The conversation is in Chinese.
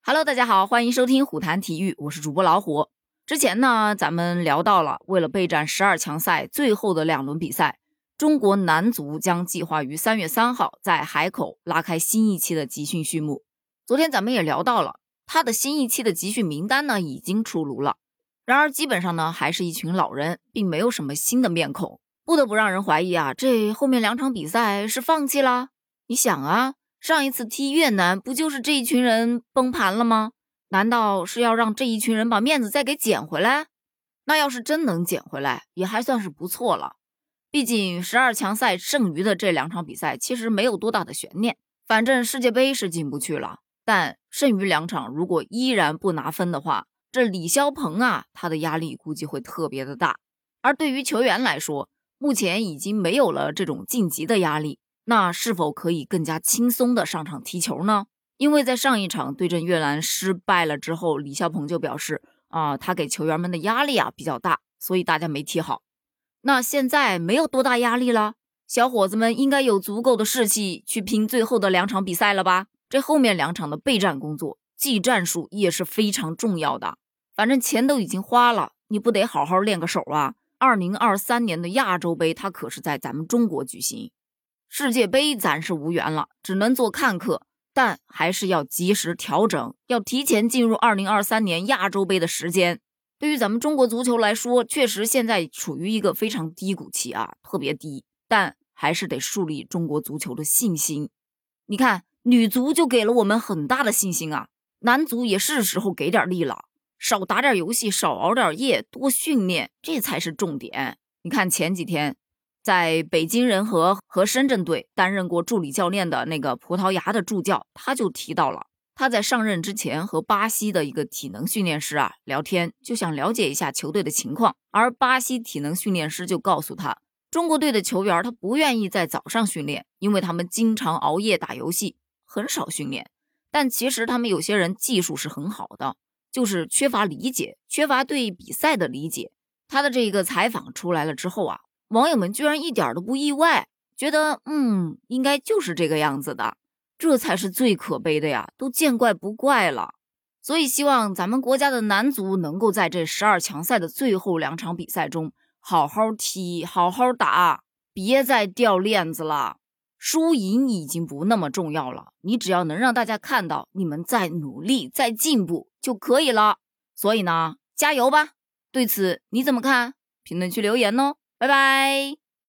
Hello， 大家好，欢迎收听虎谈体育，我是主播老虎。之前呢，咱们聊到了，为了备战12强赛最后的2轮比赛，中国男足将计划于3月3号在海口拉开新一期的集训序幕。昨天咱们也聊到了，他的新一期的集训名单呢已经出炉了。然而基本上呢还是一群老人，并没有什么新的面孔，不得不让人怀疑啊，这后面2场比赛是放弃啦？你想啊，上一次踢越南不就是这一群人崩盘了吗？难道是要让这一群人把面子再给捡回来？那要是真能捡回来，也还算是不错了。毕竟12强赛剩余的这2场比赛其实没有多大的悬念，反正世界杯是进不去了，但剩余2场如果依然不拿分的话，这李霄鹏啊，他的压力估计会特别的大。而对于球员来说，目前已经没有了这种晋级的压力，那是否可以更加轻松的上场踢球呢？因为在上一场对阵越南失败了之后，李霄鹏就表示他给球员们的压力比较大，所以大家没踢好。那现在没有多大压力了，小伙子们应该有足够的士气去拼最后的2场比赛了吧？这后面2场的备战工作，技战术也是非常重要的。反正钱都已经花了，你不得好好练个手啊？2023年的亚洲杯它可是在咱们中国举行，世界杯咱是无缘了，只能做看客，但还是要及时调整，要提前进入2023年亚洲杯的时间。对于咱们中国足球来说，确实现在处于一个非常低谷期特别低，但还是得树立中国足球的信心。你看，女足就给了我们很大的信心男足也是时候给点力了，少打点游戏，少熬点夜，多训练，这才是重点。你看前几天在北京人和深圳队担任过助理教练的那个葡萄牙的助教，他就提到了他在上任之前和巴西的一个体能训练师聊天，就想了解一下球队的情况。而巴西体能训练师就告诉他，中国队的球员他不愿意在早上训练，因为他们经常熬夜打游戏，很少训练。但其实他们有些人技术是很好的，就是缺乏理解，缺乏对比赛的理解。他的这个采访出来了之后网友们居然一点都不意外，觉得应该就是这个样子的，这才是最可悲的呀，都见怪不怪了。所以希望咱们国家的男足能够在这12强赛的最后2场比赛中好好踢，好好打，别再掉链子了。输赢已经不那么重要了，你只要能让大家看到你们在努力，在进步就可以了。所以呢，加油吧！对此你怎么看？评论区留言哦，拜拜。